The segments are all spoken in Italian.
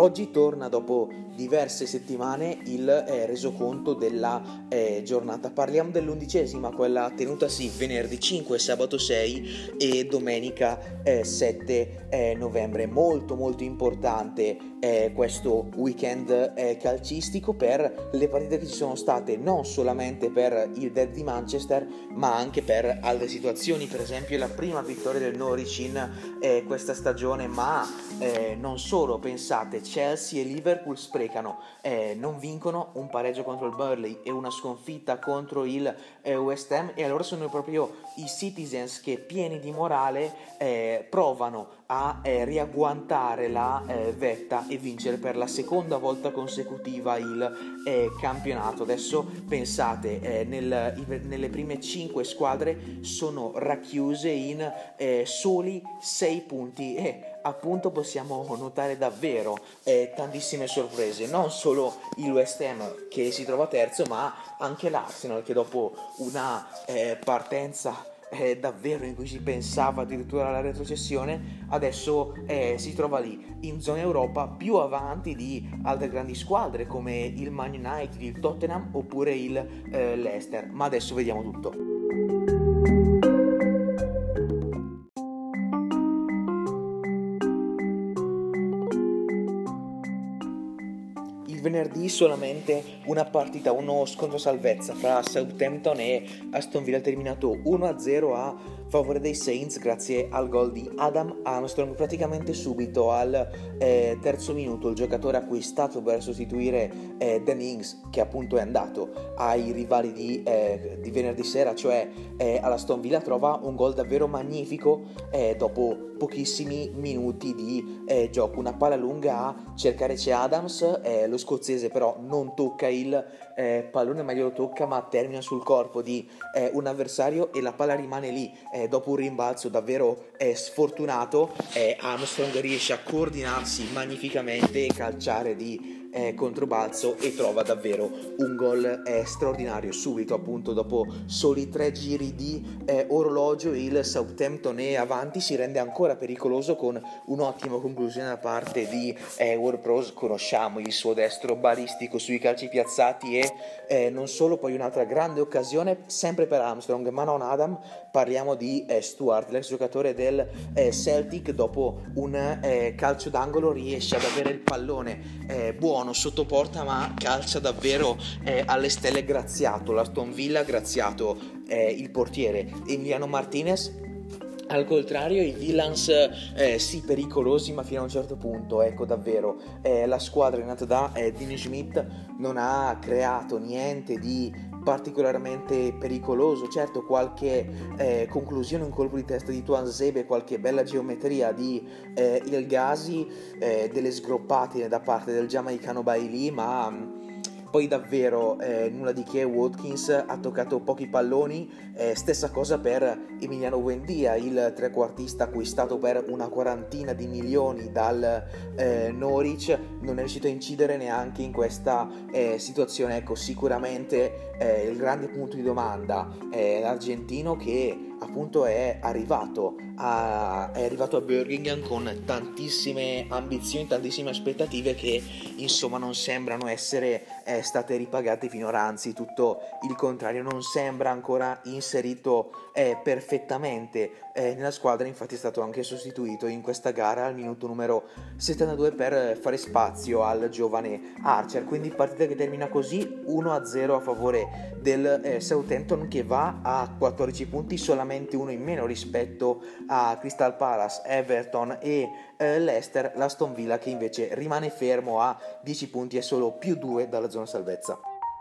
Oggi torna dopo diverse settimane il resoconto della giornata. Parliamo dell'11ª, quella tenutasi venerdì 5, sabato 6 e domenica 7 novembre. Molto importante questo weekend calcistico per le partite che ci sono state, non solamente per il derby di Manchester ma anche per altre situazioni, per esempio la prima vittoria del Norwich in questa stagione, ma non solo. Pensate, Chelsea e Liverpool sprecano, non vincono, un pareggio contro il Burnley e una sconfitta contro il West Ham, e allora sono proprio i Citizens che, pieni di morale, provano a riagguantare la vetta e vincere per la seconda volta consecutiva il campionato. Adesso pensate, nelle prime 5 squadre sono racchiuse in soli 6 punti e appunto possiamo notare davvero tantissime sorprese, non solo il West Ham che si trova terzo, ma anche l'Arsenal che dopo una partenza davvero in cui si pensava addirittura alla retrocessione, adesso si trova lì in zona Europa, più avanti di altre grandi squadre come il Man United, il Tottenham oppure il Leicester. Ma adesso vediamo tutto. Venerdì solamente una partita, uno scontro salvezza fra Southampton e Aston Villa, terminato 1-0 a favore dei Saints grazie al gol di Adam Armstrong praticamente subito al terzo minuto. Il giocatore acquistato per sostituire Dan Ings, che appunto è andato ai rivali di venerdì sera, cioè all'Aston Villa, trova un gol davvero magnifico dopo pochissimi minuti di gioco. Una palla lunga a cercare c'è Adams, lo scozzese però non tocca il pallone, ma glielo tocca, ma termina sul corpo di un avversario e la palla rimane lì. Dopo un rimbalzo davvero sfortunato, Armstrong riesce a coordinarsi magnificamente e calciare di controbalzo e trova davvero un gol straordinario. Subito, appunto, dopo soli 3 giri di orologio, il Southampton è avanti, si rende ancora pericoloso con un'ottima conclusione da parte di Ward-Prowse. Conosciamo il suo destro balistico sui calci piazzati e non solo. Poi un'altra grande occasione sempre per Armstrong, ma non Adam, parliamo di Stuart, l'ex giocatore del Celtic. Dopo un calcio d'angolo riesce ad avere il pallone buono sotto porta, ma calcia davvero alle stelle, graziato l'Aston Villa, graziato il portiere Emiliano Martinez. Al contrario, i Villans sì, pericolosi, ma fino a un certo punto. Ecco, davvero la squadra nata da Dean Smith non ha creato niente di particolarmente pericoloso. Certo, qualche conclusione, un colpo di testa di Tuanzebe, qualche bella geometria di Il Ghazi, delle sgroppate da parte del giamaicano Bailey, ma poi davvero nulla di che. Watkins ha toccato pochi palloni, stessa cosa per Emiliano Buendia, il trequartista acquistato per una 40 di milioni dal Norwich, non è riuscito a incidere neanche in questa situazione. Ecco, sicuramente il grande punto di domanda è l'argentino, che appunto è arrivato a Birmingham con tantissime ambizioni, tantissime aspettative che insomma non sembrano essere state ripagate finora, anzi tutto il contrario, non sembra ancora inserito perfettamente nella squadra. Infatti è stato anche sostituito in questa gara al minuto numero 72 per fare spazio al giovane Archer. Quindi partita che termina così, 1-0 a favore del Southampton, che va a 14 punti, solamente uno in meno rispetto a Crystal Palace, Everton e Leicester. L'Aston Villa che invece rimane fermo a 10 punti e solo più 2 dalla zona salvezza.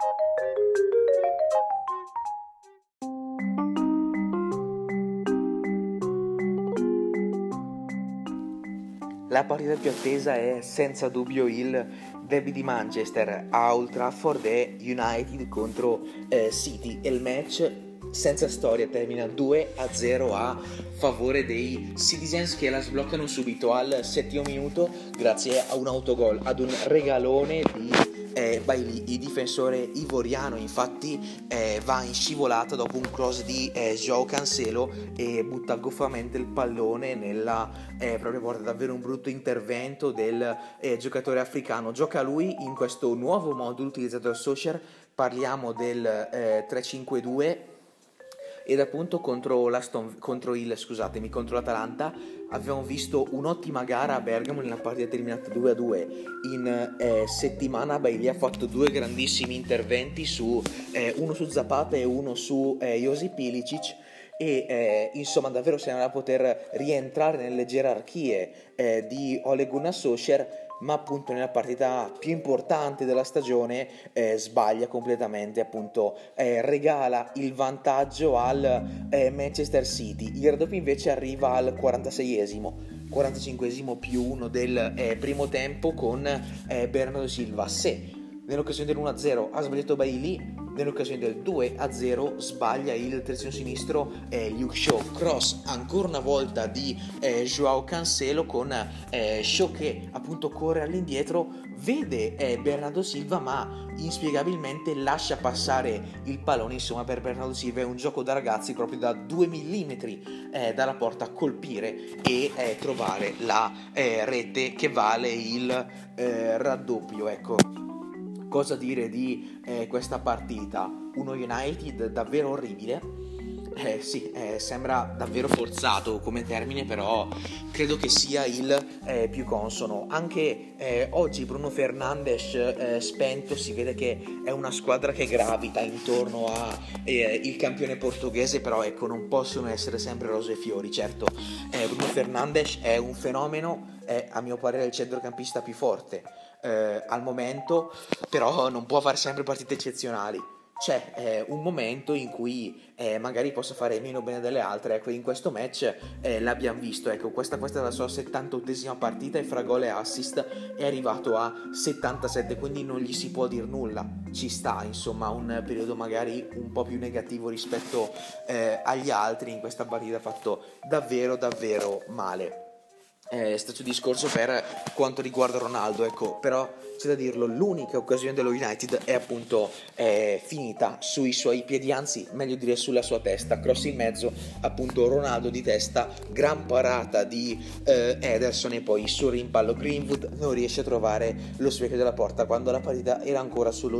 La partita più attesa è senza dubbio il derby di Manchester a Old Trafford, è United contro City, e il match senza storia termina 2-0 a favore dei Citizens, che la sbloccano subito al 7° minuto grazie a un autogol, ad un regalone di Bailly, il difensore ivoriano, infatti va in scivolata dopo un cross di João Cancelo e butta goffamente il pallone nella propria porta. Davvero un brutto intervento del giocatore africano. Gioca lui in questo nuovo modulo utilizzato da Solskjaer, parliamo del 3-5-2, ed appunto contro l'Atalanta abbiamo visto un'ottima gara a Bergamo nella partita terminata 2-2. In settimana Bailly ha fatto due grandissimi interventi, uno su Zapata e uno su Josip Ilicic, e insomma davvero sembra poter rientrare nelle gerarchie di Ole Gunnar Solskjaer, ma appunto nella partita più importante della stagione sbaglia completamente, appunto regala il vantaggio al Manchester City. Il raddoppio invece arriva al 45esimo più 1 del primo tempo con Bernardo Silva. Se nell'occasione dell'1-0 ha sbagliato Bailly, nell'occasione del 2-0 sbaglia il terzino sinistro Luke Shaw. Cross ancora una volta di João Cancelo con Shaw che appunto corre all'indietro, vede Bernardo Silva ma inspiegabilmente lascia passare il pallone. Insomma, per Bernardo Silva è un gioco da ragazzi, proprio da 2 millimetri dalla porta colpire e trovare la rete che vale il raddoppio. Ecco, cosa dire di questa partita? Uno United davvero orribile. Sembra davvero forzato come termine, però credo che sia il più consono. Anche oggi Bruno Fernandes spento, si vede che è una squadra che gravita intorno a il campione portoghese, però ecco, non possono essere sempre rose e fiori. Certo, Bruno Fernandes è un fenomeno, è a mio parere il centrocampista più forte al momento, però non può fare sempre partite eccezionali. C'è un momento in cui magari possa fare meno bene delle altre. Ecco, in questo match l'abbiamo visto. Ecco, questa è la sua 78esima partita e fra gol e assist è arrivato a 77, quindi non gli si può dire nulla. Ci sta, insomma, un periodo magari un po' più negativo rispetto agli altri. In questa partita ha fatto davvero davvero male. Stesso discorso per quanto riguarda Ronaldo, ecco, però c'è da dirlo, l'unica occasione dello United è appunto finita sui suoi piedi, anzi meglio dire sulla sua testa, cross in mezzo, appunto Ronaldo di testa, gran parata di Ederson e poi sul rimpallo Greenwood non riesce a trovare lo specchio della porta quando la partita era ancora sullo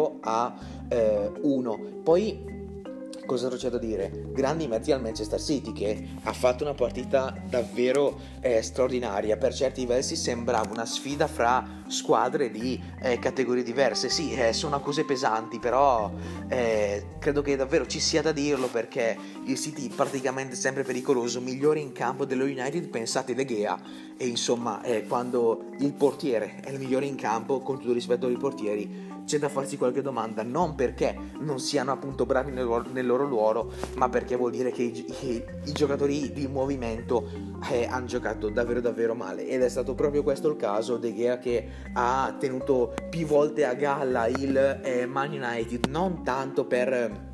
0-1. Poi cosa c'è da dire? Grandi meriti al Manchester City, che ha fatto una partita davvero straordinaria. Per certi versi sembrava una sfida fra squadre di categorie diverse. Sì, sono accuse pesanti, però credo che davvero ci sia da dirlo, perché il City praticamente sempre pericoloso, migliore in campo dello United, pensate De Gea, e insomma quando il portiere è il migliore in campo, con tutto rispetto ai portieri, c'è da farsi qualche domanda, non perché non siano appunto bravi nel loro ruolo, ma perché vuol dire che i giocatori di movimento hanno giocato davvero davvero male, ed è stato proprio questo il caso. De Gea che ha tenuto più volte a galla il Man United, non tanto per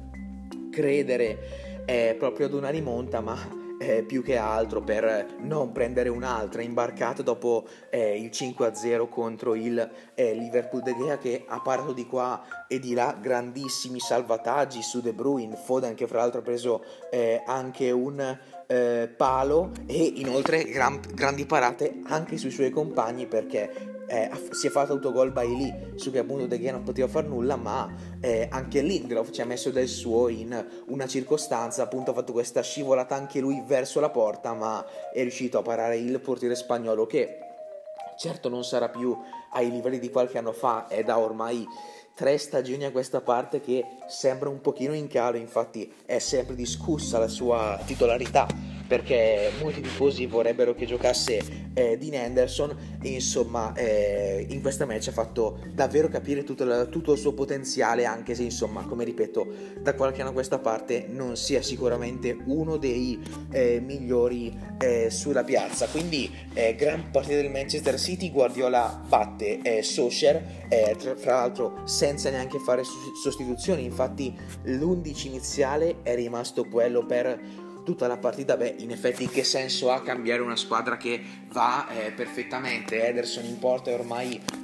credere proprio ad una rimonta, ma più che altro per non prendere un'altra imbarcata dopo il 5-0 contro il Liverpool. De Gea che ha parato di qua e di là grandissimi salvataggi su De Bruyne, Foden che fra l'altro ha preso anche un palo, e inoltre grandi parate anche sui suoi compagni, perché si è fatto autogol Bailly su che appunto De Gea non poteva far nulla, ma anche Lindelof ci ha messo del suo in una circostanza, appunto ha fatto questa scivolata anche lui verso la porta, ma è riuscito a parare il portiere spagnolo, che certo non sarà più ai livelli di qualche anno fa, è da ormai 3 stagioni a questa parte che sembra un pochino in calo. Infatti è sempre discussa la sua titolarità, perché molti tifosi vorrebbero che giocasse Dean Henderson, e insomma in questa match ha fatto davvero capire tutto il suo potenziale, anche se insomma, come ripeto, da qualche anno a questa parte non sia sicuramente uno dei migliori sulla piazza. Quindi gran partita del Manchester City. Guardiola batte Solskjaer, tra l'altro senza neanche fare sostituzioni, infatti l'11 iniziale è rimasto quello per tutta la partita. In effetti che senso ha cambiare una squadra che va perfettamente? Ederson in porta è ormai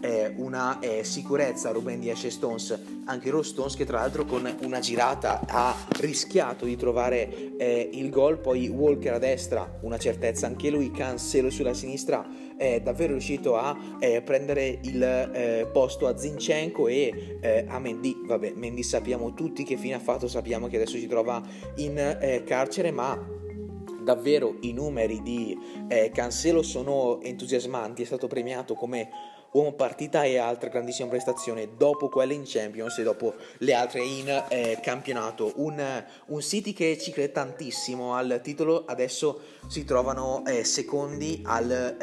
una sicurezza a Ruben Dias e Stones, anche Rose Stones, che tra l'altro con una girata ha rischiato di trovare il gol. Poi Walker a destra, una certezza anche lui. Cancelo sulla sinistra, è davvero riuscito a prendere il posto a Zinchenko e a Mendy. Vabbè, Mendy sappiamo tutti che fine ha fatto, sappiamo che adesso si trova in carcere, ma davvero i numeri di Cancelo sono entusiasmanti. È stato premiato come uomo partita e altra grandissima prestazione dopo quelle in Champions e dopo le altre in campionato. Un City che ci crede tantissimo al titolo. Adesso si trovano secondi al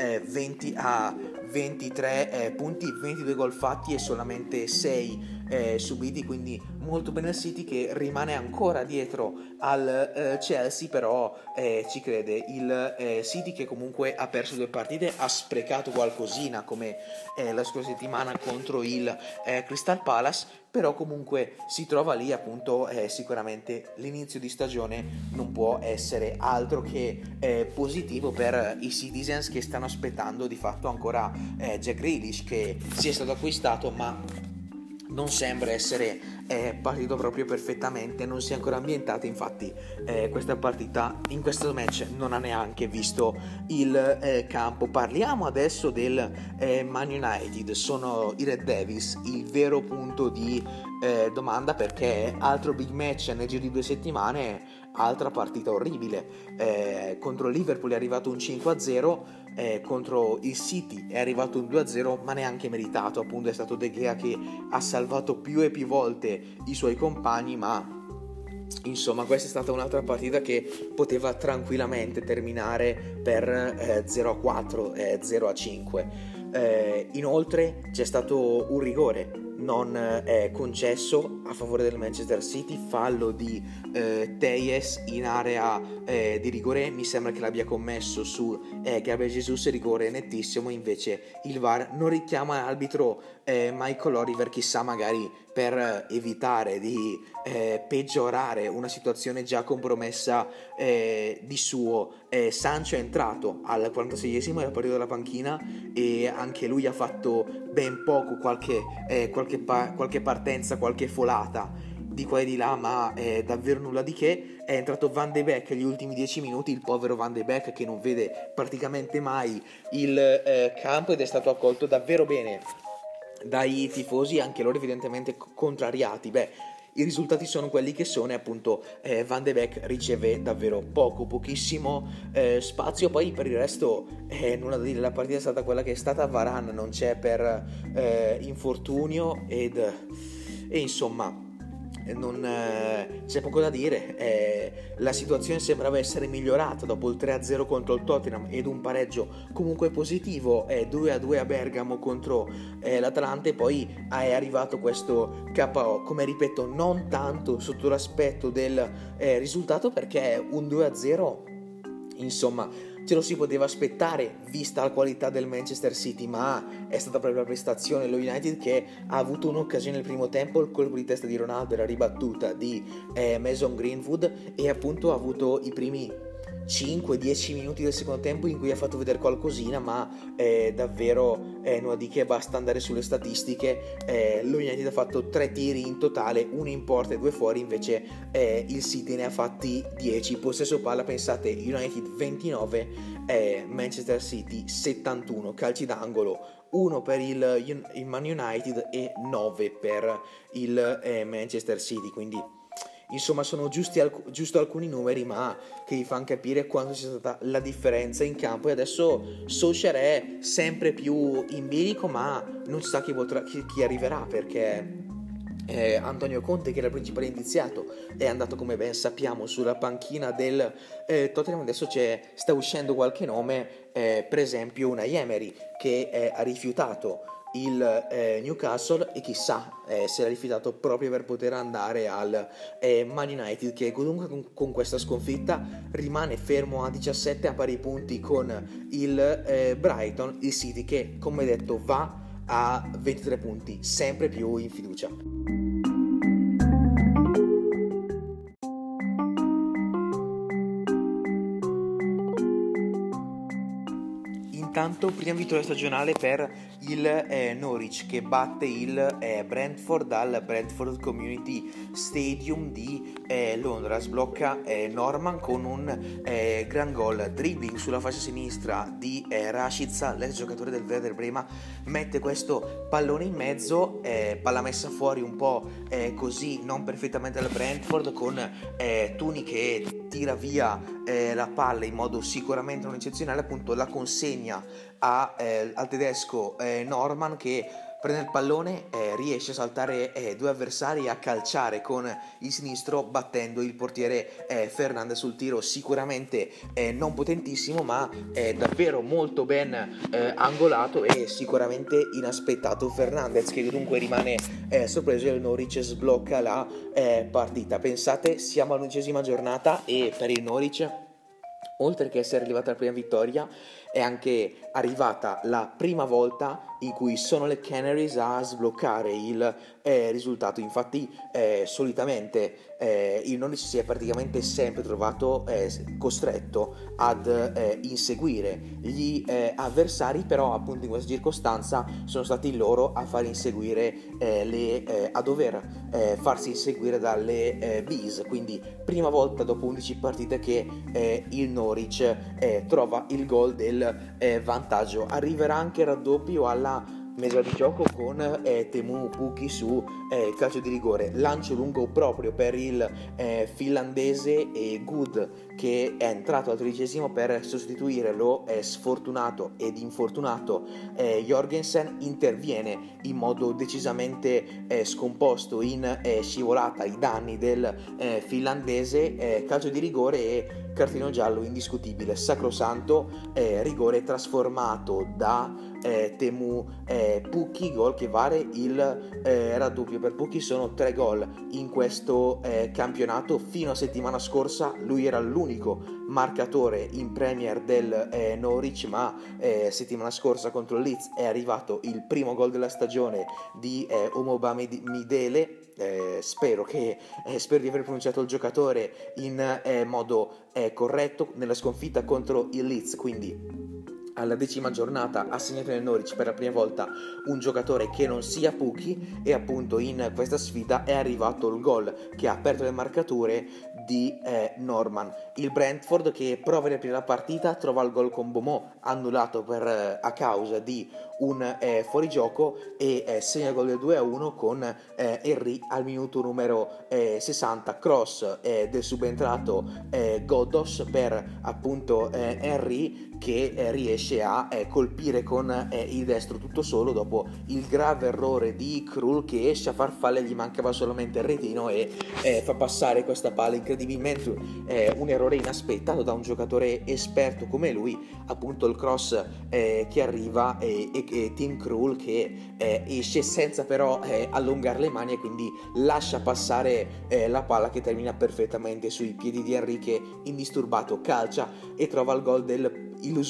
23 punti, 22 gol fatti e solamente 6 subiti, quindi molto bene il City, che rimane ancora dietro al Chelsea, però ci crede il City, che comunque ha perso 2 partite, ha sprecato qualcosina come la scorsa settimana contro il Crystal Palace, però comunque si trova lì appunto. Sicuramente l'inizio di stagione non può essere altro che positivo per i Citizens, che stanno aspettando di fatto ancora Jack Grealish, che sia stato acquistato ma non sembra essere partito proprio perfettamente, non si è ancora ambientato. Infatti questa partita, in questo match, non ha neanche visto il campo. Parliamo adesso del Man United. Sono i Red Devils il vero punto di domanda, perché altro big match nel giro di 2 settimane, altra partita orribile. Contro il Liverpool è arrivato un 5-0, contro il City è arrivato un 2-0, ma neanche meritato. Appunto è stato De Gea che ha salvato più e più volte i suoi compagni, ma insomma questa è stata un'altra partita che poteva tranquillamente terminare per 0-4, 0-5. Inoltre c'è stato un rigore non concesso a favore del Manchester City, fallo di Telles in area di rigore. Mi sembra che l'abbia commesso su Gabriel Jesus, rigore nettissimo. Invece il VAR non richiama l'arbitro Michael Oliver, chissà, magari per evitare di peggiorare una situazione già compromessa di suo. Sancho è entrato al 46esimo, era partito dalla panchina e anche lui ha fatto ben poco, qualche partenza, qualche folata di qua e di là, ma davvero nulla di che. È entrato Van de Beek negli ultimi 10 minuti, il povero Van de Beek che non vede praticamente mai il campo, ed è stato accolto davvero bene dai tifosi, anche loro evidentemente contrariati. I risultati sono quelli che sono, e appunto Van de Beek riceve davvero pochissimo spazio. Poi per il resto nulla da dire, la partita è stata quella che è stata. Varane non c'è per infortunio e insomma non c'è poco da dire. La situazione sembrava essere migliorata dopo il 3-0 contro il Tottenham ed un pareggio comunque positivo, 2-2 a Bergamo contro l'Atalanta, e poi è arrivato questo KO, come ripeto, non tanto sotto l'aspetto del risultato, perché un 2-0 insomma ce lo si poteva aspettare vista la qualità del Manchester City, ma è stata proprio la prestazione. Lo United che ha avuto un'occasione nel primo tempo, il colpo di testa di Ronaldo era ribattuta di Mason Greenwood, e appunto ha avuto i primi 5-10 minuti del secondo tempo in cui ha fatto vedere qualcosina, ma davvero nulla di che. Basta andare sulle statistiche. Lo United ha fatto 3 tiri in totale, 1 in porta e 2 fuori, invece il City ne ha fatti 10. Possesso palla, pensate, United 29, Manchester City 71, calci d'angolo 1 per il Man United e 9 per il Manchester City. Quindi insomma sono giusto alcuni numeri, ma che vi fanno capire quanto sia stata la differenza in campo. E adesso Solskjaer è sempre più in bilico, ma non si sa chi arriverà, perché Antonio Conte, che era il principale indiziato, è andato, come ben sappiamo, sulla panchina del Tottenham. Adesso sta uscendo qualche nome, per esempio una Emery che ha rifiutato il Newcastle, e chissà se l'ha rifiutato proprio per poter andare al Man United, che comunque con questa sconfitta rimane fermo a 17 a pari punti con il Brighton. Il City che, come detto, va a 23 punti, sempre più in fiducia. Intanto, prima vittoria stagionale per il Norwich che batte il Brentford al Brentford Community Stadium di Londra, sblocca Norman con un gran gol, dribbling sulla fascia sinistra di Rashica, l'ex giocatore del Werder Brema, mette questo pallone in mezzo, palla messa fuori un po' così non perfettamente dal Brentford, con Tuni che tira via la palla in modo sicuramente non eccezionale, appunto la consegna al tedesco Norman, che prende il pallone, riesce a saltare due avversari e a calciare con il sinistro, battendo il portiere Fernandez sul tiro sicuramente non potentissimo, ma davvero molto ben angolato e sicuramente inaspettato. Fernandez che dunque rimane sorpreso, e il Norwich sblocca la partita. Pensate, siamo all'11ª giornata e per il Norwich, oltre che essere arrivata la prima vittoria, è anche arrivata la prima volta in cui sono le Canaries a sbloccare il risultato. Infatti solitamente il Norwich si è praticamente sempre trovato costretto ad inseguire gli avversari, però appunto in questa circostanza sono stati loro a far inseguire a dover farsi inseguire dalle Bees. Quindi prima volta dopo 11 partite che il Norwich trova il gol del vantaggio. Arriverà anche il raddoppio alla mezz'ora di gioco con Teemu Pukki su calcio di rigore, lancio lungo proprio per il finlandese e Good, che è entrato al 13° per sostituire lo sfortunato ed infortunato Jorgensen. Interviene in modo decisamente scomposto in scivolata ai danni del finlandese, calcio di rigore e cartellino giallo indiscutibile, sacrosanto rigore trasformato da Teemu Pukki, gol che vale il raddoppio. Per Pukki sono 3 gol in questo campionato. Fino a settimana scorsa lui era l'unico marcatore in Premier del Norwich, ma settimana scorsa contro il Leeds è arrivato il primo gol della stagione di Omobamidele. Spero di aver pronunciato il giocatore in modo corretto, nella sconfitta contro il Leeds. Quindi alla 10ª giornata ha segnato nel Norwich per la prima volta un giocatore che non sia Pukki, e appunto in questa sfida è arrivato il gol che ha aperto le marcature di Norman. Il Brentford, che prova a riaprire la partita, trova il gol con Bomo annullato a causa di un fuorigioco, e segna il gol del 2-1 con Henry al minuto numero 60, cross del subentrato Ghoddos per appunto Henry, che riesce a colpire con il destro tutto solo, dopo il grave errore di Krul, che esce a farfalle, gli mancava solamente il retino e fa passare questa palla incredibilmente, un errore inaspettato da un giocatore esperto come lui, appunto il cross che arriva e Tim Krul che esce senza però allungare le mani, e quindi lascia passare la palla, che termina perfettamente sui piedi di Henry, che indisturbato calcia e trova il gol del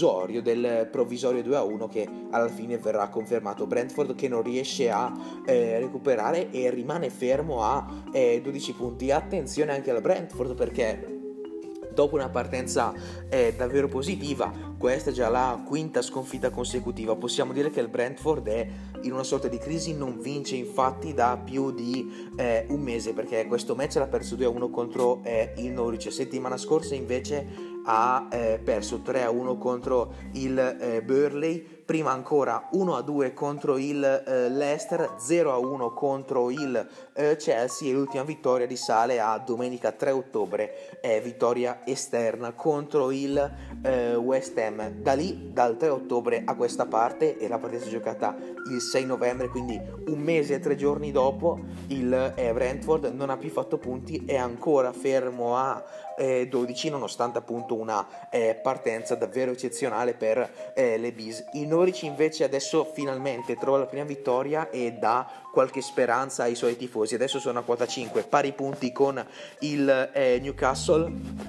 provvisorio 2-1, che alla fine verrà confermato. Brentford che non riesce a recuperare e rimane fermo a 12 punti. Attenzione anche al Brentford, perché dopo una partenza davvero positiva, questa è già la 5ª sconfitta consecutiva. Possiamo dire che il Brentford è in una sorta di crisi, non vince infatti da più di un mese, perché questo match l'ha perso 2-1 contro il Norwich. Settimana scorsa invece ha perso 3-1 contro il Burnley, prima ancora 1-2 contro il Leicester, 0-1 contro il Chelsea, e l'ultima vittoria risale a domenica 3 ottobre, vittoria esterna contro il West Ham. Da lì, dal 3 ottobre a questa parte, e la partita si è giocata il 6 novembre, quindi un mese e 3 giorni dopo, il Brentford non ha più fatto punti, è ancora fermo a 12, nonostante appunto una partenza davvero eccezionale per le Bees. Il Norwich invece adesso finalmente trova la prima vittoria e dà qualche speranza ai suoi tifosi. Adesso sono a quota 5, pari punti con il Newcastle,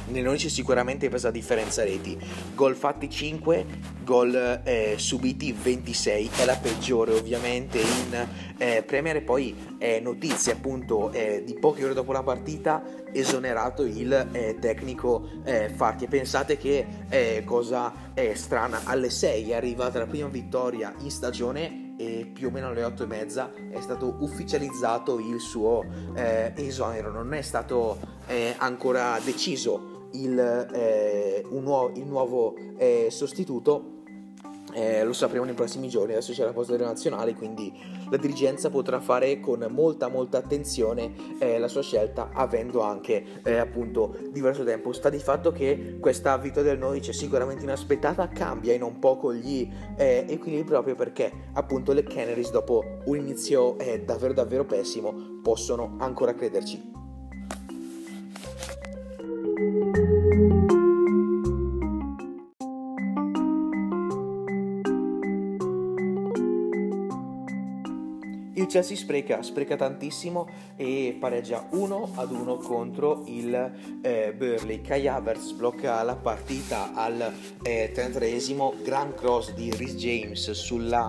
nel Norwich sicuramente pesa differenza reti, gol fatti 5, gol subiti 26, è la peggiore ovviamente in Premier. E poi notizie appunto di poche ore dopo la partita, esonerato il tecnico Farke. Pensate che cosa strana, alle 6 è arrivata la prima vittoria in stagione e più o meno alle 8:30 è stato ufficializzato il suo esonero. Non è stato ancora deciso il nuovo sostituto. Lo sapremo nei prossimi giorni. Adesso c'è la pausa delle nazionali, quindi la dirigenza potrà fare con molta molta attenzione la sua scelta, avendo anche appunto diverso tempo. Sta di fatto che questa vittoria del Norwich è sicuramente inaspettata, cambia in un poco gli equilibri, proprio perché appunto le Canaries, dopo un inizio davvero pessimo, possono ancora crederci. Il Chelsea spreca tantissimo e pareggia 1-1 contro il Burnley. Kai Havertz sblocca la partita al 33esimo, gran cross di Reece James sulla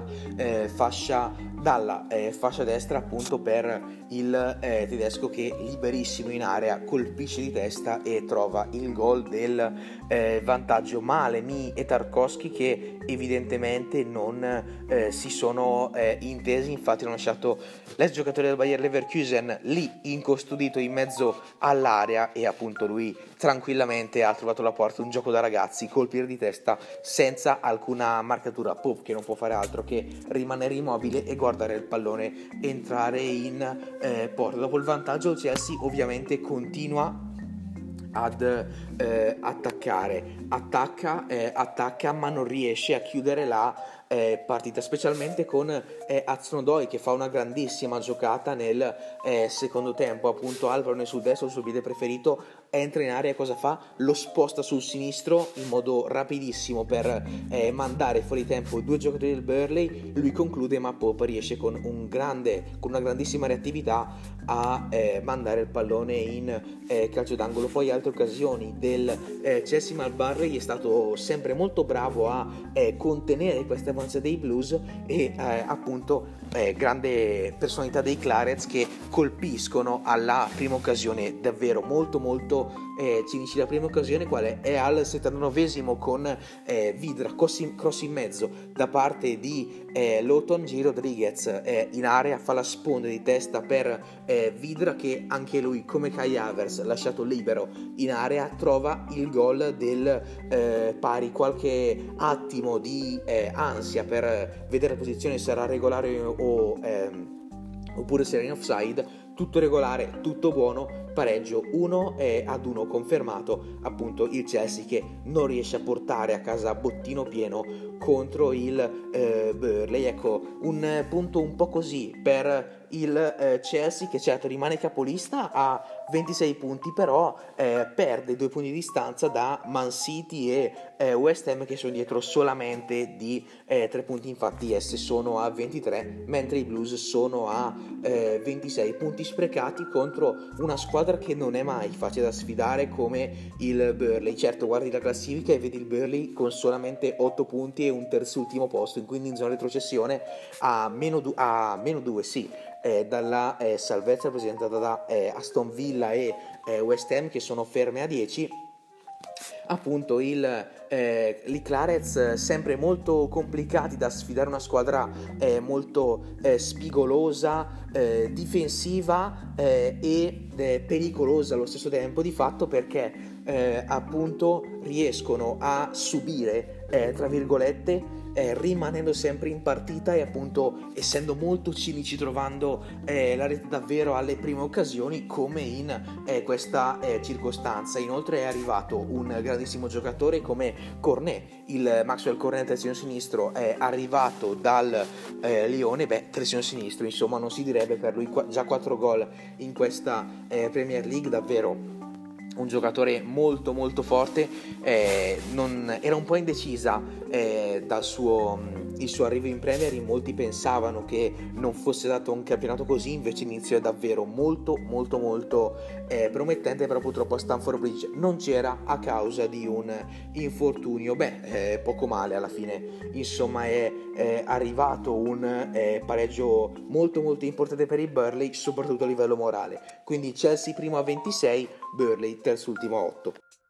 dalla fascia destra appunto per il tedesco, che liberissimo in area colpisce di testa e trova il gol del vantaggio. Ma Alemi e Tarkowski, che evidentemente non si sono intesi, infatti hanno lasciato l'ex giocatore del Bayer Leverkusen lì incustodito in mezzo all'area, e appunto lui tranquillamente ha trovato la porta. Un gioco da ragazzi, colpire di testa senza alcuna marcatura. Pope che non può fare altro che rimanere immobile e guardare il pallone entrare in porta. Dopo il vantaggio il Chelsea ovviamente continua ad attacca ma non riesce a chiudere la partita, specialmente con Hudson-Odoi, che fa una grandissima giocata nel secondo tempo. Appunto Alvarez sul destro, il suo piede preferito, entra in area, cosa fa? Lo sposta sul sinistro in modo rapidissimo per mandare fuori tempo due giocatori del Burnley. Lui conclude, ma Pope riesce con una grandissima reattività a mandare il pallone in calcio d'angolo. Poi altre occasioni del Chelsea, ma il Burnley è stato sempre molto bravo a contenere queste avanzate dei Blues e appunto grande personalità dei Clarets, che colpiscono alla prima occasione davvero molto cinici. La prima occasione quale è al 79esimo con Vidra cross in mezzo da parte di Lawton. G. Rodriguez in area fa la sponda di testa per Vidra, che anche lui, come Kai Havertz, lasciato libero in area, trova il gol del pari. Qualche attimo di ansia per vedere la posizione, sarà regolare oppure sarà in offside. Tutto regolare, tutto buono, pareggio 1-1 confermato. Appunto il Chelsea che non riesce a portare a casa bottino pieno contro il Burnley. Ecco, un punto un po' così per il Chelsea, che certo rimane capolista a 26 punti, però perde 2 punti di distanza da Man City e West Ham, che sono dietro solamente di 3 punti. Infatti esse sono a 23, mentre i Blues sono a 26 punti sprecati contro una squadra che non è mai facile da sfidare come il Burnley. Certo, guardi la classifica e vedi il Burnley con solamente 8 punti e un terzultimo posto, quindi in zona di retrocessione a meno 2, sì, dalla salvezza rappresentata da Aston Villa e West Ham, che sono ferme a 10. Appunto i Clarets sempre molto complicati da sfidare, una squadra molto spigolosa, difensiva e pericolosa allo stesso tempo, di fatto, perché appunto riescono a subire tra virgolette rimanendo sempre in partita e appunto essendo molto cinici, trovando la rete davvero alle prime occasioni, come in questa circostanza. Inoltre è arrivato un grandissimo giocatore come Cornet, il Maxwell Cornet, terzino sinistro, è arrivato dal Lione, terzino sinistro, insomma non si direbbe per lui, già 4 gol in questa Premier League, davvero un giocatore molto forte. Era un po' indecisa il suo arrivo in Premier, in molti pensavano che non fosse dato un campionato così, invece l'inizio è davvero molto molto molto promettente, però purtroppo a Stamford Bridge non c'era a causa di un infortunio. Poco male alla fine, insomma è arrivato un pareggio molto molto importante per il Burnley, soprattutto a livello morale. Quindi Chelsea primo a 26, Burnley terzultimo a 8.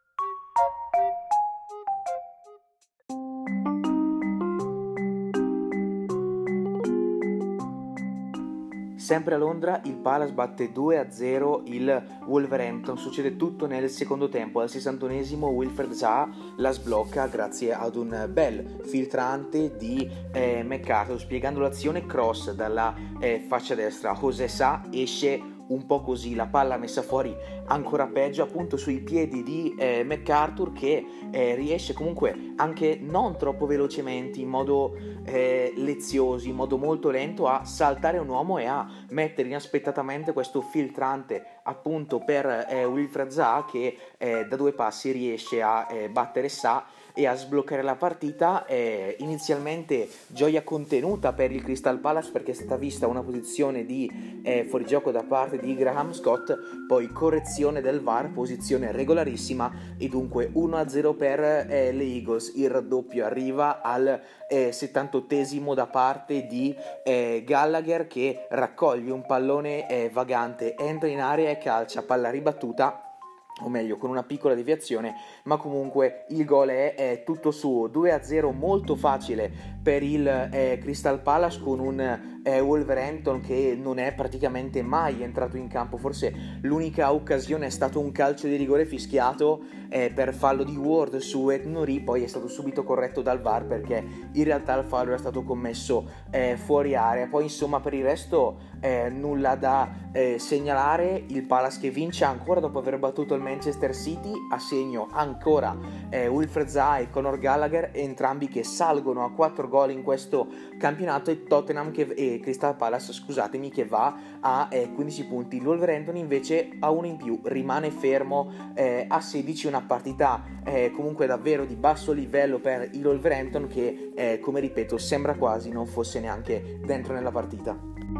Sempre a Londra il Palace batte 2-0 il Wolverhampton. Succede tutto nel secondo tempo. Al 61esimo Wilfred Zaha la sblocca grazie ad un bel filtrante di McArthur. Spiegando l'azione, cross dalla fascia destra, José Sa esce un po' così, la palla messa fuori ancora peggio appunto sui piedi di McArthur, che riesce comunque anche non troppo velocemente, in modo lezioso, in modo molto lento, a saltare un uomo e a mettere inaspettatamente questo filtrante appunto per Wilfred Zaha, che da 2 passi riesce a battere Sa e a sbloccare la partita. Inizialmente gioia contenuta per il Crystal Palace, perché è stata vista una posizione di fuorigioco da parte di Graham Scott, poi correzione del VAR, posizione regolarissima, e dunque 1-0 per le Eagles. Il raddoppio arriva al 78esimo da parte di Gallagher, che raccoglie un pallone vagante, entra in area e calcia, palla ribattuta, o meglio con una piccola deviazione, ma comunque il gol è tutto suo. 2-0 molto facile per il Crystal Palace, con un Wolverhampton che non è praticamente mai entrato in campo. Forse l'unica occasione è stato un calcio di rigore fischiato per fallo di Ward su Ed-Nouri, poi è stato subito corretto dal VAR perché in realtà il fallo era stato commesso fuori area. Poi insomma per il resto nulla da segnalare. Il Palace che vince ancora dopo aver battuto il Manchester City, a segno ancora Wilfred Zaha e Conor Gallagher, entrambi che salgono a 4 gol in questo campionato, e Tottenham e Crystal Palace, scusatemi, che va a 15 punti. Il Wolverhampton invece ha uno in più, rimane fermo a 16, una partita comunque davvero di basso livello per il Wolverhampton, che come ripeto sembra quasi non fosse neanche dentro nella partita.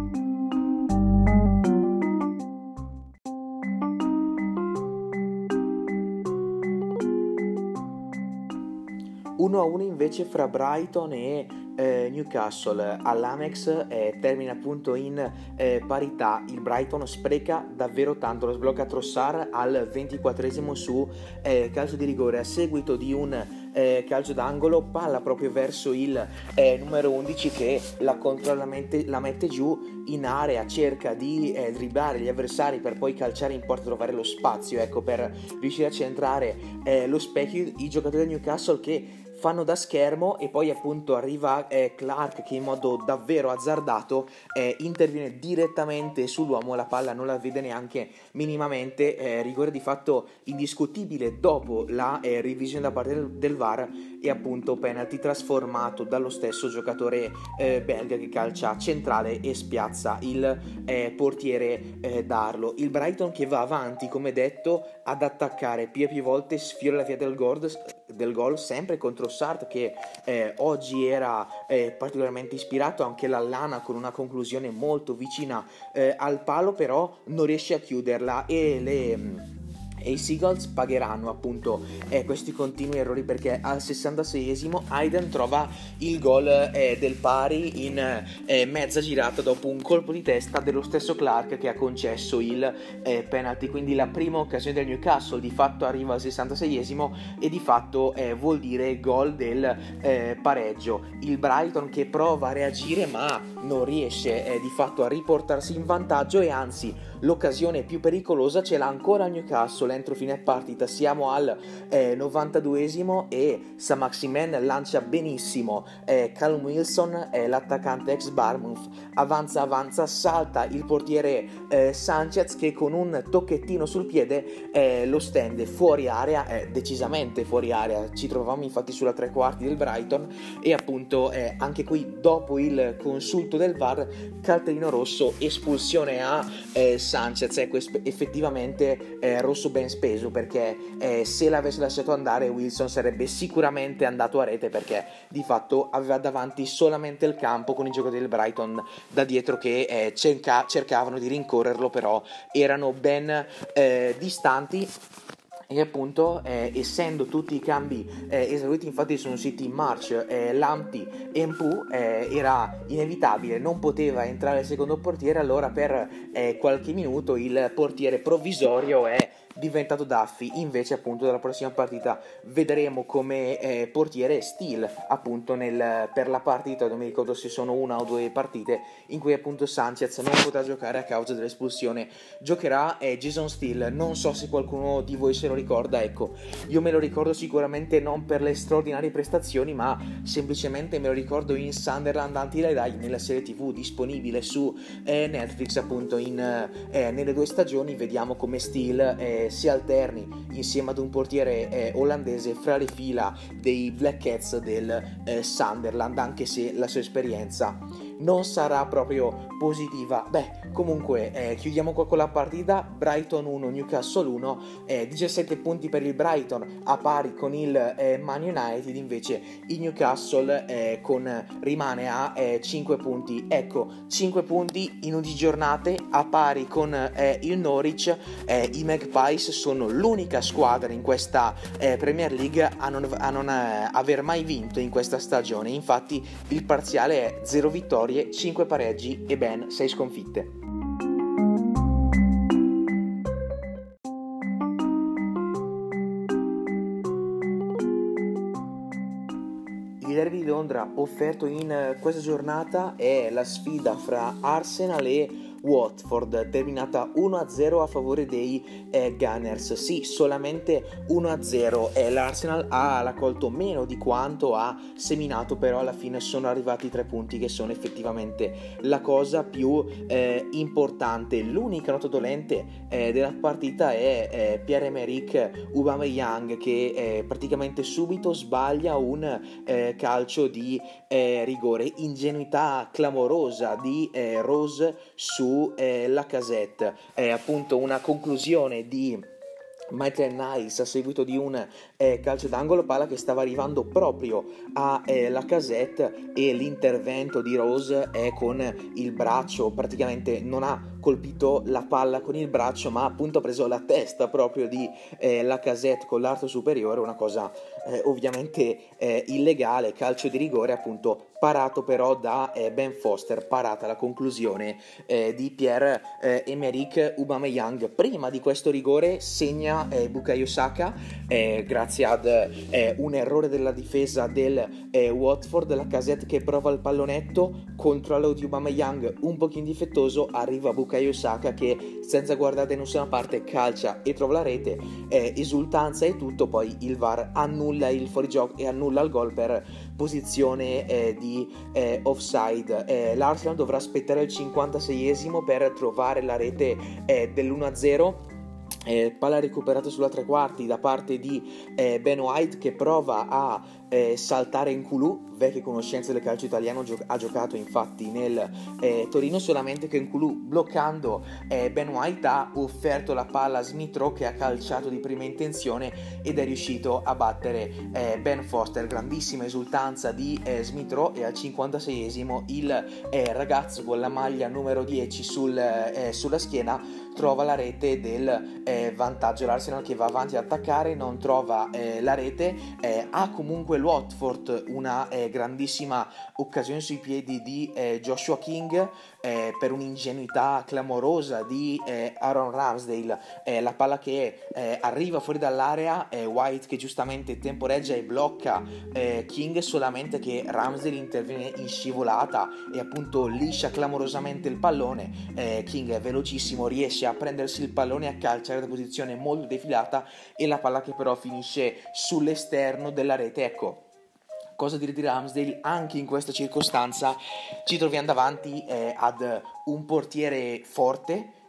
1-1 invece fra Brighton e Newcastle all'Amex, termina appunto in parità. Il Brighton spreca davvero tanto, lo sblocca Trossard al 24esimo su calcio di rigore, a seguito di un calcio d'angolo, palla proprio verso il numero 11 che la controlla, la mette giù in area, cerca di dribblare gli avversari per poi calciare in porta, trovare lo spazio, ecco, per riuscire a centrare lo specchio. I giocatori del Newcastle che fanno da schermo, e poi appunto arriva Clark che in modo davvero azzardato interviene direttamente sull'uomo, la palla non la vede neanche minimamente, rigore di fatto indiscutibile dopo la revisione da parte del VAR, e appunto penalty trasformato dallo stesso giocatore belga che calcia centrale e spiazza il portiere Darlow. Il Brighton che va avanti, come detto, ad attaccare più e più volte, sfiora la via del gol sempre contro Sartre, che oggi era particolarmente ispirato, anche l'Allana con una conclusione molto vicina al palo, però non riesce a chiuderla, e i Seagulls pagheranno appunto questi continui errori, perché al 66esimo Aiden trova il gol del pari in mezza girata dopo un colpo di testa dello stesso Clark che ha concesso il penalty. Quindi la prima occasione del Newcastle di fatto arriva al 66esimo e di fatto vuol dire gol del pareggio. Il Brighton che prova a reagire ma non riesce di fatto a riportarsi in vantaggio, e anzi l'occasione più pericolosa ce l'ha ancora il Newcastle entro fine partita. Siamo al 92esimo e Saint-Maximin lancia benissimo Callum Wilson, l'attaccante ex Bournemouth, avanza, salta il portiere Sanchez, che con un tocchettino sul piede lo stende fuori area, decisamente fuori area. Ci trovavamo infatti sulla 3/4 del Brighton, e appunto anche qui dopo il consulto del VAR, cartellino rosso, espulsione a Sanchez. Ecco, effettivamente rosso ben ben speso, perché se l'avesse lasciato andare Wilson sarebbe sicuramente andato a rete, perché di fatto aveva davanti solamente il campo con i giocatori del Brighton da dietro che cercavano di rincorrerlo, però erano ben distanti. E appunto essendo tutti i cambi esauriti, infatti sono usciti March, Lamptey e Mpu, era inevitabile, non poteva entrare il secondo portiere, allora per qualche minuto il portiere provvisorio è diventato Duffy. Invece appunto dalla prossima partita vedremo come portiere Steele, appunto per la partita, non mi ricordo se sono una o due partite in cui appunto Sanchez non potrà giocare a causa dell'espulsione, giocherà Jason Steele. Non so se qualcuno di voi se lo ricorda, ecco, io me lo ricordo sicuramente non per le straordinarie prestazioni, ma semplicemente me lo ricordo in Sunderland Until I Die, nella serie TV disponibile su Netflix, appunto nelle 2 stagioni vediamo come Steele si alterni insieme ad un portiere olandese fra le fila dei Black Cats del Sunderland, anche se la sua esperienza non sarà proprio positiva. Comunque chiudiamo qua con la partita. Brighton 1, Newcastle 1, 17 punti per il Brighton a pari con il Man United, invece il Newcastle rimane a 5 punti. Ecco, 5 punti in 11 giornate a pari con il Norwich. I Magpies sono l'unica squadra in questa Premier League a non aver mai vinto in questa stagione. Infatti il parziale è 0 vittorie, 5 pareggi e ben 6 sconfitte. Il derby di Londra offerto in questa giornata è la sfida fra Arsenal e Watford, terminata 1-0 a favore dei Gunners. Sì, solamente 1-0. L'Arsenal ha raccolto meno di quanto ha seminato, però alla fine sono arrivati 3 punti, che sono effettivamente la cosa più importante. L'unica nota dolente della partita è Pierre-Emerick Aubameyang, che praticamente subito sbaglia un calcio di rigore. Ingenuità clamorosa di Rose su Lacazette, appunto una conclusione di Maitland Niles a seguito di un calcio d'angolo, palla che stava arrivando proprio a Lacazette, e l'intervento di Rose è con il braccio, praticamente non ha colpito la palla con il braccio, ma appunto ha preso la testa proprio di Lacazette con l'arto superiore, una cosa ovviamente illegale, calcio di rigore, appunto parato però da Ben Foster, parata la conclusione di Pierre-Emerick Aubameyang. Prima di questo rigore segna Bukayo Saka grazie ad un errore della difesa del Watford. Lacazette che prova il pallonetto, controllo di Aubameyang un pochino difettoso, arriva Bukayo Saka che senza guardare da nessuna parte calcia e trova la rete, esultanza e tutto, poi il VAR annulla il fuorigioco e annulla il gol per posizione di offside. L'Arsenal dovrà aspettare il 56esimo per trovare la rete dell'1-0. Palla recuperata sulla tre quarti da parte di Ben White, che prova a saltare in N'Koulou, vecchie conoscenze del calcio italiano, ha giocato infatti nel Torino, solamente che N'Koulou, bloccando Ben White, ha offerto la palla a Smith Rowe, che ha calciato di prima intenzione ed è riuscito a battere Ben Foster. Grandissima esultanza di Smith Rowe, e al 56esimo il ragazzo con la maglia numero 10 sulla schiena trova la rete del vantaggio. L'Arsenal che va avanti ad attaccare non trova la rete, ha comunque il Watford una grandissima occasione sui piedi di Joshua King per un'ingenuità clamorosa di Aaron Ramsdale, la palla che arriva fuori dall'area, White che giustamente temporeggia e blocca King, solamente che Ramsdale interviene in scivolata e appunto liscia clamorosamente il pallone. King è velocissimo, riesce a prendersi il pallone e a calciare da posizione molto defilata, e la palla che però finisce sull'esterno della rete. Ecco, cosa dire di Ramsdale? Anche in questa circostanza ci troviamo davanti ad un portiere forte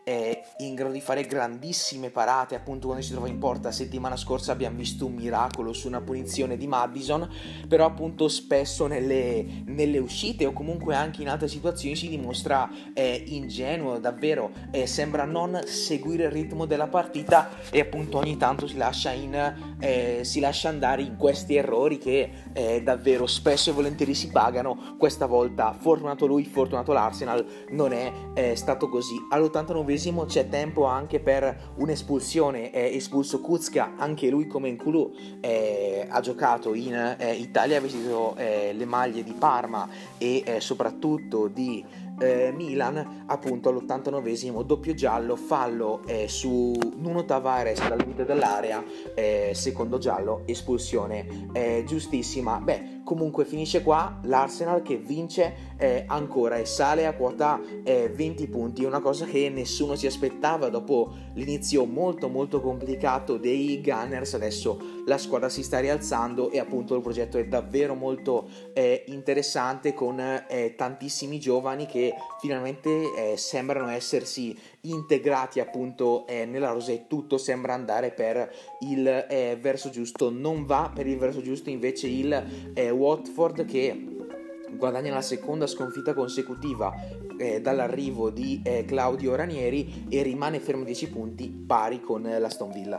è in grado di fare grandissime parate appunto quando si trova in porta. Settimana scorsa abbiamo visto un miracolo su una punizione di Madison, però appunto spesso nelle uscite o comunque anche in altre situazioni si dimostra ingenuo, davvero sembra non seguire il ritmo della partita e appunto ogni tanto si lascia andare in questi errori che davvero spesso e volentieri si pagano. Questa volta fortunato lui, fortunato l'Arsenal, non è stato così. All'89esimo c'è tempo anche per un'espulsione, è espulso Kuzka, anche lui come Nkulù ha giocato in Italia, ha vestito le maglie di Parma e soprattutto di Milan. Appunto all'89esimo doppio giallo, fallo su Nuno Tavares dal limite dell'area, secondo giallo, espulsione giustissima. Comunque finisce qua l'Arsenal che vince ancora e sale a quota 20 punti, una cosa che nessuno si aspettava dopo l'inizio molto molto complicato dei Gunners. Adesso la squadra si sta rialzando e appunto il progetto è davvero molto interessante, con tantissimi giovani che finalmente sembrano essersi integrati appunto nella rosa e tutto sembra andare per il verso giusto. Non va per il verso giusto invece il Watford, che guadagna la seconda sconfitta consecutiva dall'arrivo di Claudio Ranieri e rimane fermo a 10 punti, pari con l'Aston Villa.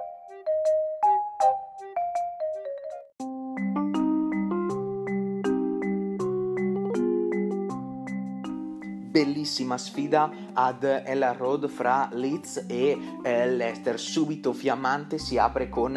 Bellissima sfida ad Elland Road fra Leeds e Leicester. Subito fiammante si apre con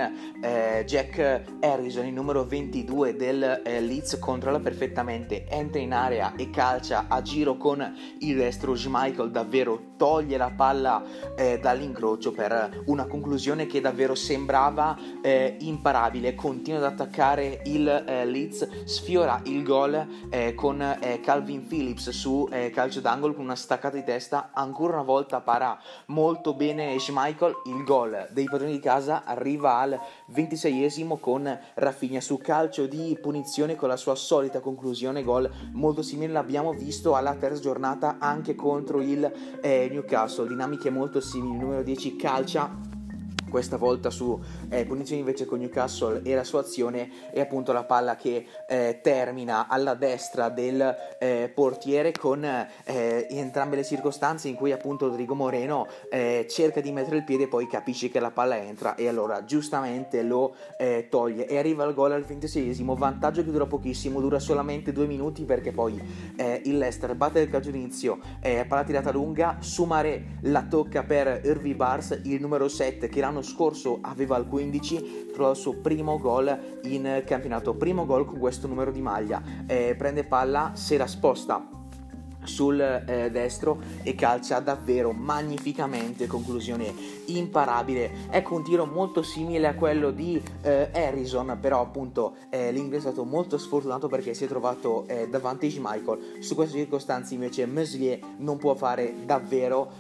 Jack Harrison, il numero 22 del Leeds, controlla perfettamente, entra in area e calcia a giro con il destro. Schmeichel davvero toglie la palla dall'incrocio per una conclusione che davvero sembrava imparabile. Continua ad attaccare il Leeds, sfiora il gol con Calvin Phillips su calcio d'angolo con una staccata di testa. Ancora una volta para molto bene Schmeichel. Il gol dei padroni di casa arriva al 26esimo con Rafinha su calcio di punizione, con la sua solita conclusione. Gol molto simile l'abbiamo visto alla terza giornata anche contro il Newcastle, dinamiche molto simili. Il numero 10 calcia questa volta su punizione invece con Newcastle e la sua azione è appunto la palla che termina alla destra del portiere, con entrambe le circostanze in cui appunto Rodrigo Moreno cerca di mettere il piede e poi capisce che la palla entra e allora giustamente lo toglie e arriva il gol al 26esimo, vantaggio che dura pochissimo, dura solamente 2 minuti perché poi il Leicester batte il calcio d'inizio, palla tirata lunga, Soumaré la tocca per Irvi Barnes, il numero 7 che l'anno scorso aveva il 15, trova il suo primo gol in campionato, primo gol con questo numero di maglia, prende palla, se la sposta sul destro e calcia davvero magnificamente, conclusione imparabile. Ecco un tiro molto simile a quello di Harrison, però appunto l'inglese è stato molto sfortunato perché si è trovato davanti Schmeichel. Su queste circostanze invece Meslier non può fare davvero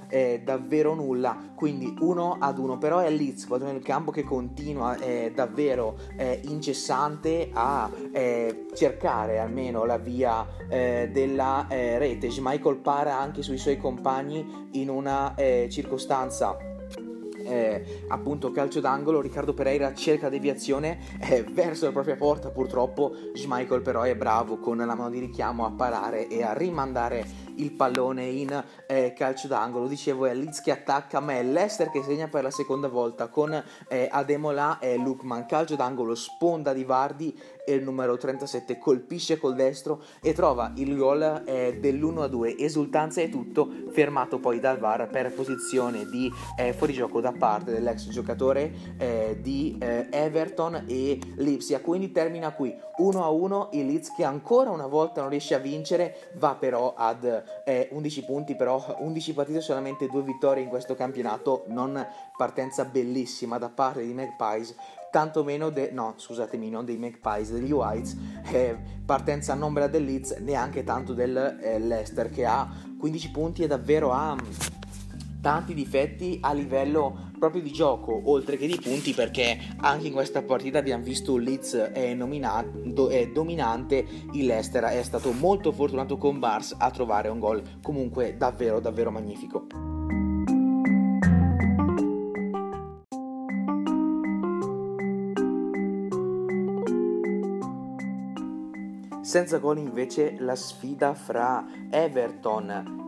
nulla, quindi 1-1, però è Leeds, padrone del campo, che continua davvero incessante a cercare almeno la via della rete. Schmeichel para anche sui suoi compagni in una circostanza appunto calcio d'angolo. Riccardo Pereira cerca deviazione verso la propria porta, purtroppo Schmeichel però è bravo con la mano di richiamo a parare e a rimandare il pallone in calcio d'angolo. Dicevo, è Leeds che attacca, ma è Leicester che segna per la seconda volta con Ademola e Lookman. Calcio d'angolo, sponda di Vardy e il numero 37 colpisce col destro e trova il gol dell'1-2. Esultanza e tutto, fermato poi dal VAR per posizione di fuorigioco da parte dell'ex giocatore di Everton e Lipsia. Quindi termina qui 1-1, il Leeds che ancora una volta non riesce a vincere, va però ad 11 punti, però 11 partite, solamente 2 vittorie in questo campionato. Non partenza bellissima da parte dei Magpies, tanto meno non dei Magpies, degli Whites, partenza non bella del Leeds, neanche tanto del Leicester, che ha 15 punti e davvero ha tanti difetti a livello proprio di gioco oltre che di punti, perché anche in questa partita abbiamo visto il Leeds dominante, il Leicester è stato molto fortunato con Barnes a trovare un gol comunque davvero davvero magnifico. Senza gol invece la sfida fra Everton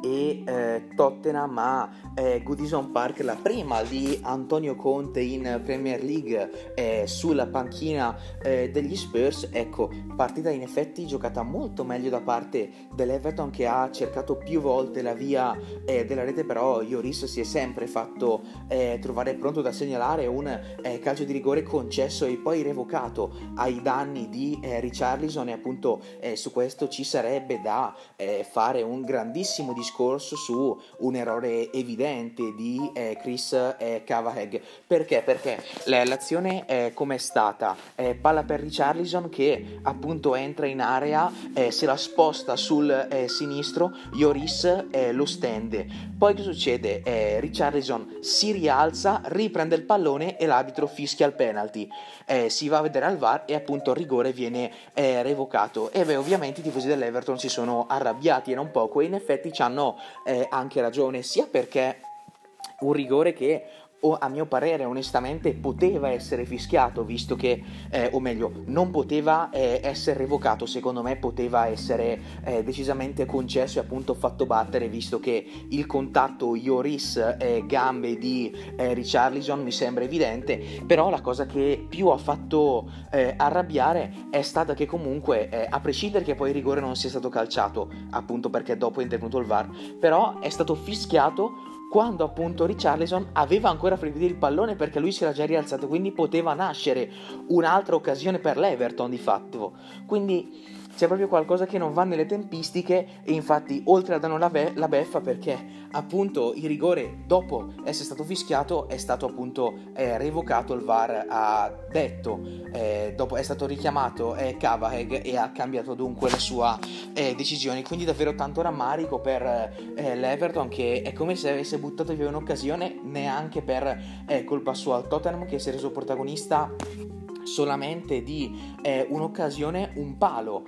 e Tottenham a Goodison Park, la prima di Antonio Conte in Premier League sulla panchina degli Spurs. Ecco, partita in effetti giocata molto meglio da parte dell'Everton, che ha cercato più volte la via della rete, però Lloris si è sempre fatto trovare pronto da segnalare un calcio di rigore concesso e poi revocato ai danni di Richarlison, e appunto su questo ci sarebbe da fare un grandissimo discorso su un errore evidente di Chris Cavaheg. Perché? Perché l'azione com'è stata? Palla per Richarlison che appunto entra in area, se la sposta sul sinistro, Lloris lo stende. Poi che succede? Richarlison si rialza, riprende il pallone e l'arbitro fischia il penalty. Si va a vedere al VAR e appunto il rigore viene revocato. E ovviamente i tifosi dell'Everton si sono arrabbiati, e non poco, e in effetti ci hanno anche ragione, sia perché un rigore che a mio parere onestamente poteva essere fischiato, visto che o meglio non poteva essere revocato, secondo me poteva essere decisamente concesso e appunto fatto battere, visto che il contatto Lloris gambe di Richarlison mi sembra evidente. Però la cosa che più ha fatto arrabbiare è stata che comunque a prescindere che poi il rigore non sia stato calciato, appunto perché dopo è intervenuto il VAR, però è stato fischiato quando appunto Richarlison aveva ancora fra i piedi il pallone, perché lui si era già rialzato, quindi poteva nascere un'altra occasione per l'Everton di fatto. Quindi c'è proprio qualcosa che non va nelle tempistiche, e infatti oltre a danno la beffa, perché appunto il rigore dopo essere stato fischiato è stato appunto revocato, il VAR ha detto, dopo è stato richiamato Cavaheg e ha cambiato dunque la sua decisione. Quindi davvero tanto rammarico per l'Everton, che è come se avesse buttato via un'occasione neanche per colpa sua. Il Tottenham che si è reso protagonista solamente di un'occasione, un palo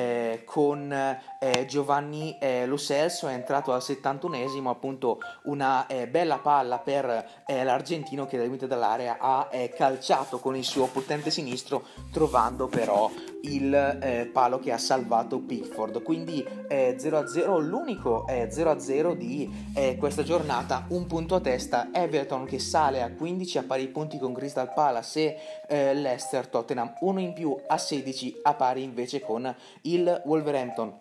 con Giovanni Lo Celso, è entrato al 71esimo, appunto una bella palla per l'argentino che dal limite dell'area ha calciato con il suo potente sinistro, trovando però il palo che ha salvato Pickford. Quindi 0-0, l'unico 0-0 di questa giornata, un punto a testa. Everton che sale a 15 a pari punti con Crystal Palace e Leicester. Tottenham uno in più a 16 a pari invece con il Wolverhampton.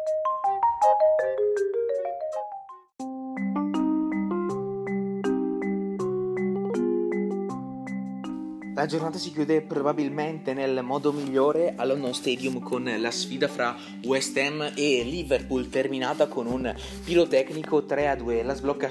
La giornata si chiude probabilmente nel modo migliore al London Stadium con la sfida fra West Ham e Liverpool, terminata con un pirotecnico 3-2. La sbloccano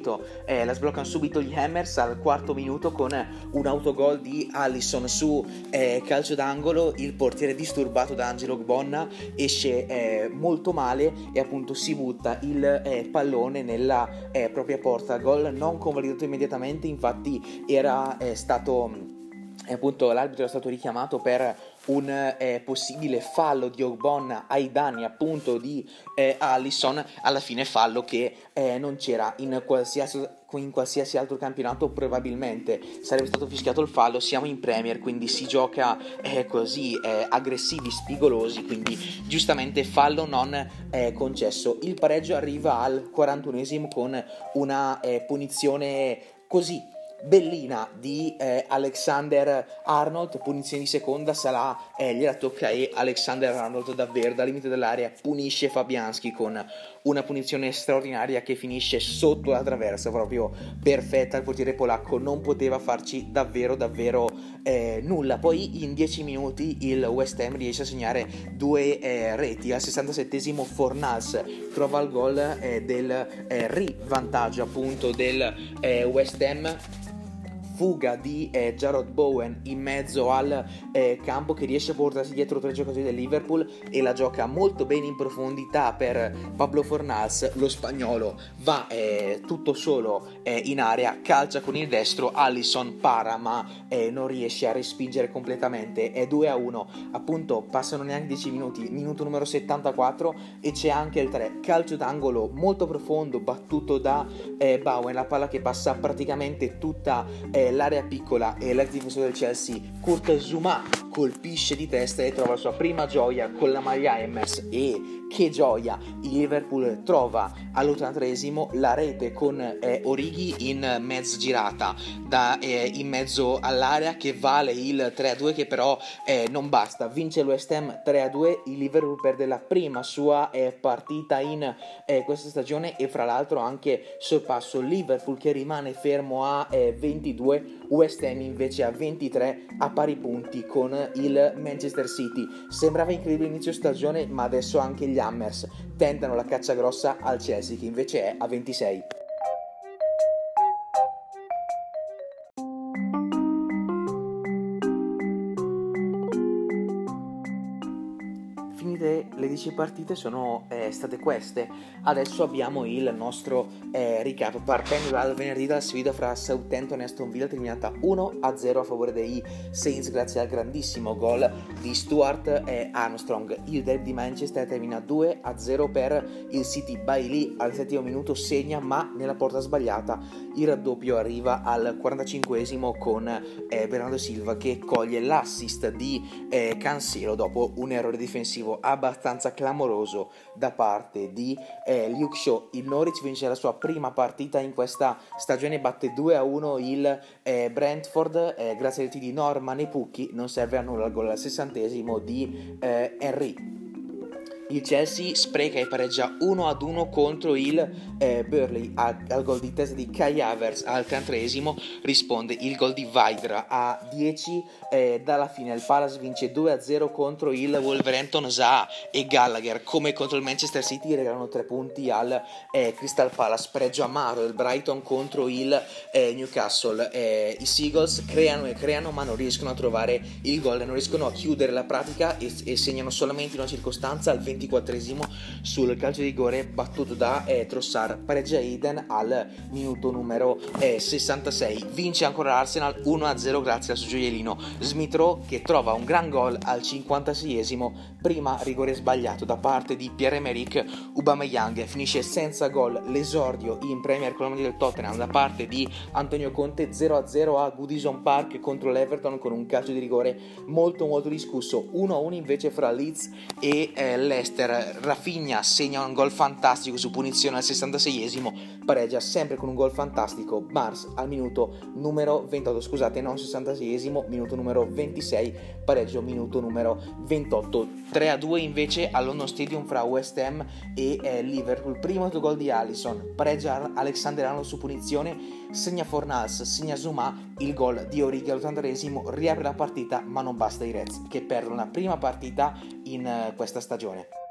subito gli Hammers al quarto minuto con un autogol di Alisson su calcio d'angolo. Il portiere disturbato da Angelo Gbonna esce molto male e appunto si butta il pallone nella propria porta. Gol non convalidato immediatamente, infatti era stato appunto l'arbitro era stato richiamato per un possibile fallo di Ogbonna ai danni appunto di Alisson. Alla fine fallo che non c'era in qualsiasi altro campionato, probabilmente sarebbe stato fischiato il fallo. Siamo in Premier, quindi si gioca così aggressivi, spigolosi, quindi giustamente fallo non concesso. Il pareggio arriva al 41esimo con una punizione così bellina di Alexander Arnold, punizione di seconda, Salah gliela tocca e Alexander Arnold davvero dal limite dell'area punisce Fabianski con una punizione straordinaria che finisce sotto la traversa, proprio perfetta. Il portiere polacco non poteva farci davvero nulla. Poi in 10 minuti il West Ham riesce a segnare 2 reti. Al 67esimo Fornals trova il gol del rivantaggio appunto del West Ham. Fuga di Jarrod Bowen in mezzo al campo, che riesce a portarsi dietro 3 giocatori del Liverpool e la gioca molto bene in profondità per Pablo Fornals. Lo spagnolo va tutto solo in area, calcia con il destro, Alisson para ma non riesce a respingere completamente. È 2-1, appunto passano neanche 10 minuti, minuto numero 74 e c'è anche il 3, calcio d'angolo molto profondo battuto da Bowen, la palla che passa praticamente tutta l'area piccola, e l'ex difensore del Chelsea Kurt Zouma colpisce di testa e trova la sua prima gioia con la maglia Hammers. E che gioia, il Liverpool trova all'83esimo la rete con Origi in mezza girata in mezzo all'area, che vale il 3-2, che però non basta. Vince il West Ham 3-2, il Liverpool perde la prima sua partita in questa stagione e fra l'altro anche sorpasso Liverpool, che rimane fermo a 22, West Ham invece a 23, a pari punti con il Manchester City. Sembrava incredibile inizio stagione, ma adesso anche gli Hammers tentano la caccia grossa al Chelsea, che invece è a 26. Finite le 10 partite sono state queste. Adesso abbiamo il nostro recap, partendo dal venerdì, dalla sfida fra Southampton e Aston Villa, terminata 1-0 a favore dei Saints grazie al grandissimo gol di Stuart Armstrong. Il derby di Manchester termina 2-0 per il City. Bailey al 7° minuto segna, ma nella porta sbagliata. Il raddoppio arriva al 45esimo con Bernardo Silva, che coglie l'assist di Cancelo dopo un errore difensivo abbastanza clamoroso da parte di Luke Shaw. Il Norwich vince la sua prima partita in questa stagione, batte 2-1 il Brentford grazie ai tiri di Norman e Pukki. Non serve a nulla il gol al 60esimo di Henry. Il Chelsea spreca e pareggia 1-1 contro il Burnley. Al gol di testa di Kai Havertz al 33esimo risponde il gol di Vydra a 10 dalla fine. Il Palace vince 2-0 contro il Wolverhampton. Zaha e Gallagher, come contro il Manchester City, regalano 3 punti al Crystal Palace. Pareggio amaro del Brighton contro il Newcastle. I Seagulls creano ma non riescono a trovare il gol, non riescono a chiudere la pratica e segnano solamente in una circostanza al 24esimo sul calcio di rigore battuto da Trossard. Pareggia Eden al minuto numero 66. Vince ancora l'Arsenal 1-0 grazie al suo gioiellino Smith Rowe, che trova un gran gol al 56esimo. Prima rigore sbagliato da parte di Pierre-Emerick Aubameyang. Finisce senza gol l'esordio in Premier con la maglia del Tottenham da parte di Antonio Conte. 0-0 a Goodison Park contro l'Everton con un calcio di rigore molto molto discusso. 1-1 invece fra Leeds e Leicester. Rafinha segna un gol fantastico su punizione al 66esimo, pareggia sempre con un gol fantastico Mars al minuto numero 28, scusate, non 66esimo, minuto numero 26, pareggio minuto numero 28. 3-2 invece al London Stadium fra West Ham e Liverpool. Primo gol di Alisson, pareggia Alexander-Arnold su punizione, segna Fornals, segna Zuma. Il gol di Origi all'83esimo riapre la partita, ma non basta ai Reds, che perdono la prima partita in questa stagione.